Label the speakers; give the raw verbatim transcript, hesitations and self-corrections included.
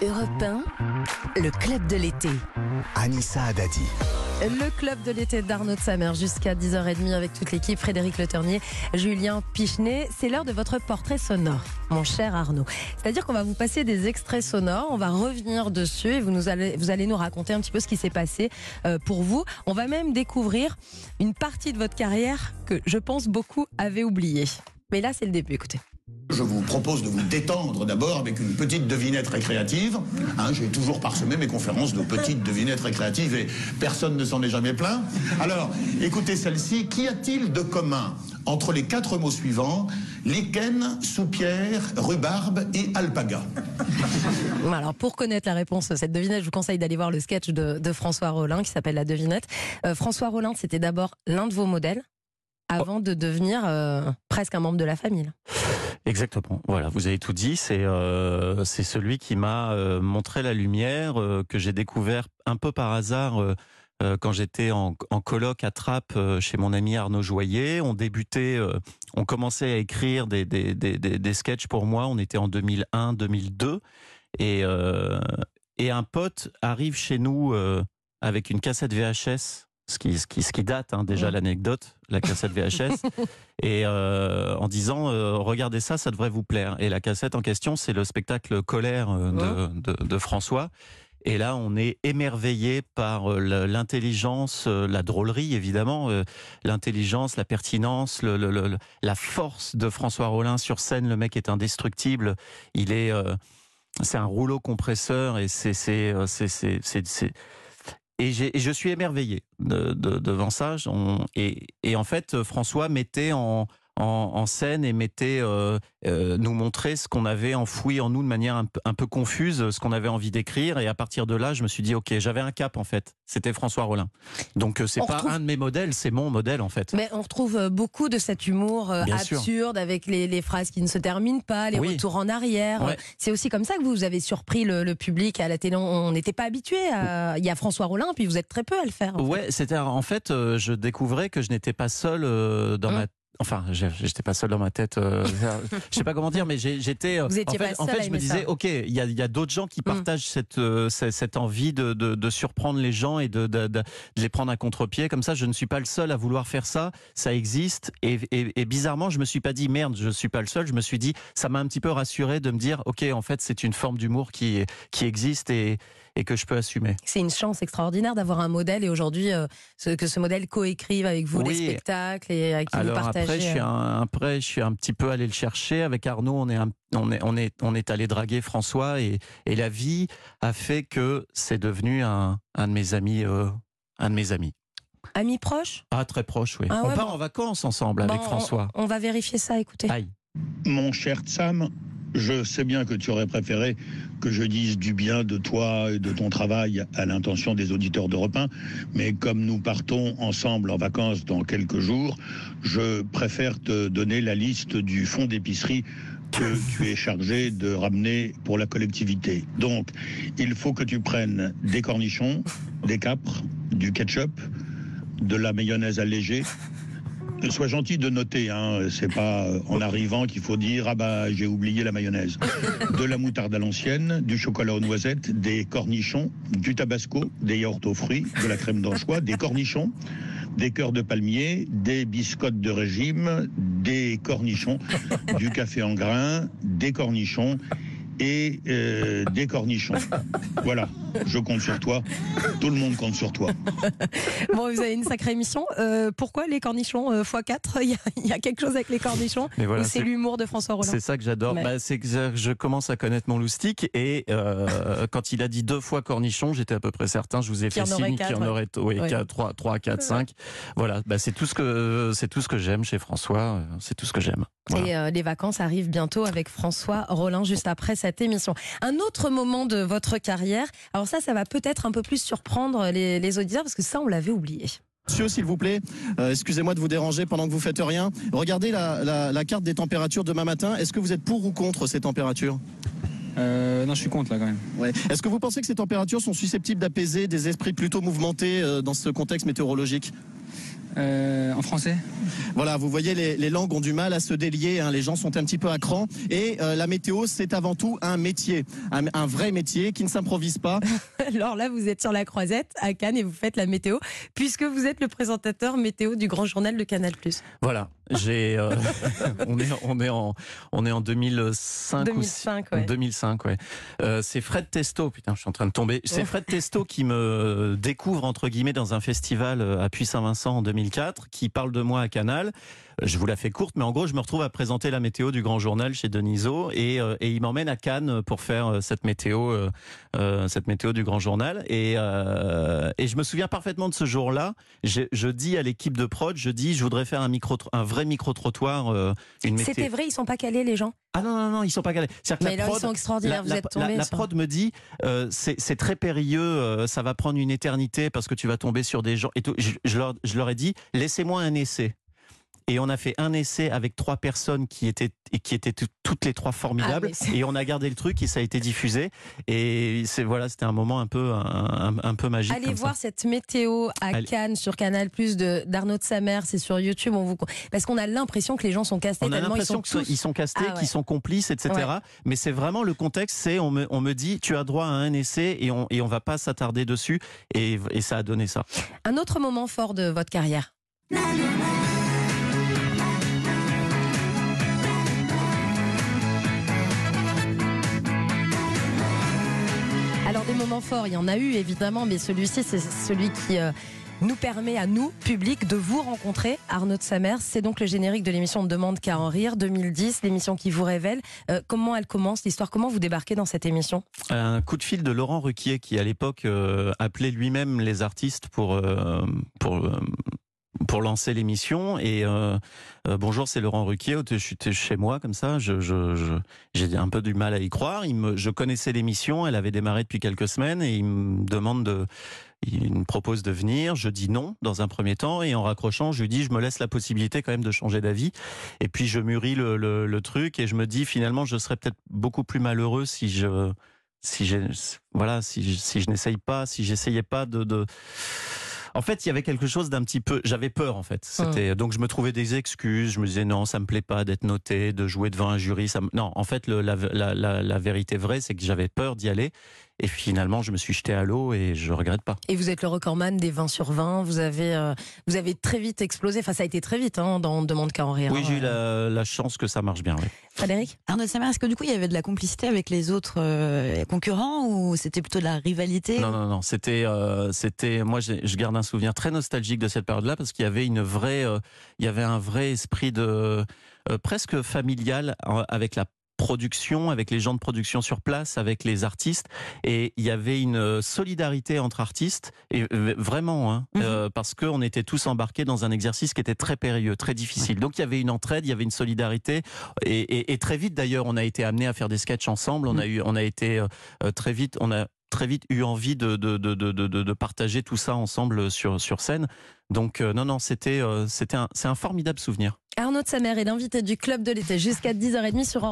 Speaker 1: Europe un, le club de l'été.
Speaker 2: Anissa Haddadi.
Speaker 1: Le club de l'été d'Arnaud de Samer jusqu'à dix heures trente avec toute l'équipe, Frédéric Le Ternier, Julien Pichenet. C'est l'heure de votre portrait sonore, mon cher Arnaud. C'est-à-dire qu'on va vous passer des extraits sonores, on va revenir dessus et vous, nous allez, vous allez nous raconter un petit peu ce qui s'est passé euh, pour vous. On va même découvrir une partie de votre carrière que je pense beaucoup avaient oublié. Mais là, c'est le début, écoutez.
Speaker 3: Je vous propose de vous détendre d'abord avec une petite devinette récréative. Hein, j'ai toujours parsemé mes conférences de petites devinettes récréatives et personne ne s'en est jamais plaint. Alors, écoutez celle-ci. Qu'y a-t-il de commun entre les quatre mots suivants: lichen, soupière, rhubarbe et alpaga?
Speaker 1: Alors, pour connaître la réponse à cette devinette, je vous conseille d'aller voir le sketch de, de François Rollin qui s'appelle La Devinette. Euh, François Rollin, c'était d'abord l'un de vos modèles avant de devenir euh, presque un membre de la famille.
Speaker 4: Exactement, voilà, vous avez tout dit. C'est euh, c'est celui qui m'a euh, montré la lumière, euh, que j'ai découvert un peu par hasard euh, euh, quand j'étais en, en coloc à Trappes euh, chez mon ami Arnaud Joyer. On débutait, euh, on commençait à écrire des, des, des, des, des sketchs pour moi. On était en deux mille un deux mille deux et, euh, et un pote arrive chez nous euh, avec une cassette V H S. Ce qui, ce, qui, ce qui date hein, déjà, l'anecdote, la cassette V H S, et euh, en disant euh, regardez ça, ça devrait vous plaire. Et la cassette en question, c'est le spectacle Colère euh, de, de, de François. Et là, on est émerveillé par euh, l'intelligence, euh, la drôlerie évidemment, euh, l'intelligence, la pertinence, le, le, le, la force de François Rollin sur scène. Le mec est indestructible. Il est, euh, c'est un rouleau compresseur et c'est, c'est, c'est, c'est, c'est, c'est Et, et je suis émerveillé de, de, devant ça. On, et, et en fait, François mettait en, en, en scène et mettait euh, euh, nous montrer ce qu'on avait enfoui en nous de manière un peu, un peu confuse, ce qu'on avait envie d'écrire. Et à partir de là, je me suis dit, ok, j'avais un cap en fait. C'était François Rollin. Donc c'est on pas retrouve... un de mes modèles, c'est mon modèle en fait.
Speaker 1: Mais on retrouve beaucoup de cet humour euh, absurde sûr. avec les, les phrases qui ne se terminent pas, les oui. retours en arrière. Ouais. C'est aussi comme ça que vous avez surpris le, le public à la télé. On n'était pas habitué à... Il y a François Rollin, puis vous êtes très peu à le faire. En
Speaker 4: ouais,
Speaker 1: fait.
Speaker 4: c'était en fait, euh, je découvrais que je n'étais pas seul euh, dans hum. ma Enfin, j'étais pas seul dans ma tête. Euh, je sais pas comment dire, mais j'étais.
Speaker 1: Vous étiez
Speaker 4: en fait,
Speaker 1: pas
Speaker 4: en
Speaker 1: seul
Speaker 4: fait je me disais,
Speaker 1: ça.
Speaker 4: ok, il y a, y a d'autres gens qui partagent mm. cette, euh, cette envie de, de, de surprendre les gens et de, de, de, de les prendre à contre-pied. Comme ça, je ne suis pas le seul à vouloir faire ça. Ça existe. Et, et, et bizarrement, je me suis pas dit merde, je suis pas le seul. Je me suis dit, ça m'a un petit peu rassuré de me dire, ok, en fait, c'est une forme d'humour qui, qui existe et, et que je peux assumer.
Speaker 1: C'est une chance extraordinaire d'avoir un modèle et aujourd'hui euh, ce, que ce modèle coécrive avec vous oui. les spectacles et avec qui
Speaker 4: Alors
Speaker 1: vous partagez.
Speaker 4: Après, je suis un, après, je suis un petit peu allé le chercher avec Arnaud. On est, un, on est, on est, on est allé draguer François et, et la vie a fait que c'est devenu un, un de mes amis, euh, un de mes amis.
Speaker 1: Amis proches?
Speaker 4: Ah, très proches, oui.
Speaker 1: Ah
Speaker 4: on
Speaker 1: ouais,
Speaker 4: part
Speaker 1: bon.
Speaker 4: en vacances ensemble
Speaker 1: bon,
Speaker 4: avec François.
Speaker 1: On, on va vérifier ça. Écoutez.
Speaker 4: Aïe.
Speaker 3: Mon cher Sam, je sais bien que tu aurais préféré que je dise du bien de toi et de ton travail à l'intention des auditeurs d'Europe un, mais comme nous partons ensemble en vacances dans quelques jours, je préfère te donner la liste du fonds d'épicerie que tu es chargé de ramener pour la collectivité. Donc, il faut que tu prennes des cornichons, des capres, du ketchup, de la mayonnaise allégée. Sois gentil de noter, hein, c'est pas en arrivant qu'il faut dire ah bah j'ai oublié la mayonnaise. De la moutarde à l'ancienne, du chocolat aux noisettes, des cornichons, du tabasco, des yaourts aux fruits, de la crème d'anchois, des cornichons, des cœurs de palmier, des biscottes de régime, des cornichons, du café en grains, des cornichons et euh, des cornichons. Voilà, je compte sur toi. Tout le monde compte sur toi.
Speaker 1: Bon, vous avez une sacrée émission. Euh, pourquoi les cornichons euh, fois quatre? Il y, y a quelque chose avec les cornichons. Voilà, ou c'est l'humour de François Rollin?
Speaker 4: C'est ça que j'adore. Mais... Bah, c'est que je commence à connaître mon loustic et euh, quand il a dit deux fois cornichons, j'étais à peu près certain. Je vous ai fait signe qu'il y en aurait oui, ouais. trois, trois, quatre, cinq. Voilà, bah, c'est tout ce que c'est tout ce que j'aime chez François. C'est tout ce que j'aime. Voilà.
Speaker 1: Et euh, les vacances arrivent bientôt avec François Rollin juste après cette émission. Un autre moment de votre carrière, alors ça, ça va peut-être un peu plus surprendre les, les auditeurs parce que ça, on l'avait oublié.
Speaker 5: Monsieur, s'il vous plaît, euh, excusez-moi de vous déranger pendant que vous faites rien. Regardez la, la, la carte des températures demain matin. Est-ce que vous êtes pour ou contre ces températures ?
Speaker 6: Euh, non, je suis contre là quand même.
Speaker 5: Ouais. Est-ce que vous pensez que ces températures sont susceptibles d'apaiser des esprits plutôt mouvementés euh, dans ce contexte météorologique ?
Speaker 6: Euh, en français.
Speaker 5: Voilà, vous voyez, les, les langues ont du mal à se délier, hein, les gens sont un petit peu à cran. Et euh, la météo, c'est avant tout un métier, un, un vrai métier qui ne s'improvise pas.
Speaker 1: Alors là, vous êtes sur la Croisette à Cannes et vous faites la météo, puisque vous êtes le présentateur météo du Grand Journal de Canal+.
Speaker 4: Voilà, j'ai, euh, on est, on est en, on est en deux mille cinq.
Speaker 1: deux mille cinq, ouais.
Speaker 4: deux mille cinq, ouais. Euh, c'est Fred Testo, putain, je suis en train de tomber. C'est Fred Testo qui me découvre entre guillemets dans un festival à Puy-Saint-Vincent en deux mille quatre, qui parle de moi à Canal. Je vous la fais courte, mais en gros, je me retrouve à présenter la météo du Grand Journal chez Denisot et, euh, et il m'emmène à Cannes pour faire cette météo, euh, euh, cette météo du Grand Journal. Et, euh, et je me souviens parfaitement de ce jour-là. Je, je dis à l'équipe de prod, je dis, je voudrais faire un micro, un vrai micro-trottoir, euh, une météo.
Speaker 1: C'était vrai, ils sont pas calés, les gens?
Speaker 4: Ah non, non, non, ils sont pas calés. C'est-à-dire que
Speaker 1: Mais
Speaker 4: la
Speaker 1: là,
Speaker 4: prod,
Speaker 1: ils sont extraordinaires,
Speaker 4: la,
Speaker 1: vous êtes tombés.
Speaker 4: La, la prod me dit, euh, c'est, c'est très périlleux, euh, ça va prendre une éternité parce que tu vas tomber sur des gens. Et tout. Je, je, leur, je leur ai dit, laissez-moi un essai. Et on a fait un essai avec trois personnes qui étaient, qui étaient t- toutes les trois formidables. Ah, et on a gardé le truc et ça a été diffusé. Et c'est, voilà, c'était un moment un peu, un, un, un peu magique.
Speaker 1: Allez voir ça. Cette météo à Allez. Cannes sur Canal+, de, d'Arnaud de Samer, c'est sur YouTube. On vous... Parce qu'on a l'impression que les gens sont castés.
Speaker 4: On a l'impression
Speaker 1: ils sont, tous...
Speaker 4: ils sont castés, ah, ouais. qu'ils sont complices, et cetera. Ouais. Mais c'est vraiment le contexte, c'est on me, on me dit, tu as droit à un essai et on, et on va pas s'attarder dessus. Et, et ça a donné ça.
Speaker 1: Un autre moment fort de votre carrière? Alors des moments forts, il y en a eu évidemment, mais celui-ci, c'est celui qui euh, nous permet à nous, public, de vous rencontrer. Arnaud de Samer, c'est donc le générique de l'émission On ne demande qu'à en rire, deux mille dix, l'émission qui vous révèle. Euh, comment elle commence, l'histoire? Comment vous débarquez dans cette émission?
Speaker 4: Un coup de fil de Laurent Ruquier qui à l'époque euh, appelait lui-même les artistes pour... Euh, pour euh, pour lancer l'émission et euh, euh, bonjour, c'est Laurent Ruquier, je suis chez moi comme ça, je, je, je, j'ai un peu du mal à y croire. Il me, je connaissais l'émission, elle avait démarré depuis quelques semaines et il me demande de, il me propose de venir, je dis non dans un premier temps et en raccrochant, je lui dis je me laisse la possibilité quand même de changer d'avis et puis je mûris le, le, le truc et je me dis finalement je serais peut-être beaucoup plus malheureux si je, si j'ai, voilà, si je, si je n'essaye pas, si j'essayais pas de, de En fait, il y avait quelque chose d'un petit peu... J'avais peur, en fait. C'était... Mmh. Donc, je me trouvais des excuses. Je me disais, non, ça me plaît pas d'être noté, de jouer devant un jury. Ça me... Non, en fait, le, la, la, la, la vérité vraie, c'est que j'avais peur d'y aller. Et finalement, je me suis jeté à l'eau et je regrette pas.
Speaker 1: Et vous êtes le recordman des vingt sur vingt. Vous avez, euh, vous avez très vite explosé. Enfin, ça a été très vite hein, dans On ne demande qu'à en rire.
Speaker 4: Oui,
Speaker 1: hein,
Speaker 4: j'ai eu
Speaker 1: euh...
Speaker 4: la, la chance que ça marche bien. Oui.
Speaker 1: Frédéric?
Speaker 7: Arnaud de Samer, est-ce que du coup, il y avait de la complicité avec les autres euh, concurrents ou c'était plutôt de la rivalité?
Speaker 4: Non, non, non. C'était, euh, c'était. Moi, j'ai, je garde un souvenir très nostalgique de cette période-là parce qu'il y avait une vraie, euh, il y avait un vrai esprit de euh, presque familial euh, avec la production, avec les gens de production sur place, avec les artistes, et il y avait une solidarité entre artistes, et vraiment, hein, mmh. euh, parce qu'on était tous embarqués dans un exercice qui était très périlleux, très difficile. Donc il y avait une entraide, il y avait une solidarité, et, et, et très vite d'ailleurs, on a été amenés à faire des sketchs ensemble. On mmh. a eu, on a été euh, très vite, on a très vite eu envie de de de de de, de partager tout ça ensemble sur sur scène. Donc euh, non non, c'était euh, c'était un c'est un formidable souvenir.
Speaker 1: Arnaud de Samer est l'invité du Club de l'été jusqu'à dix heures trente sur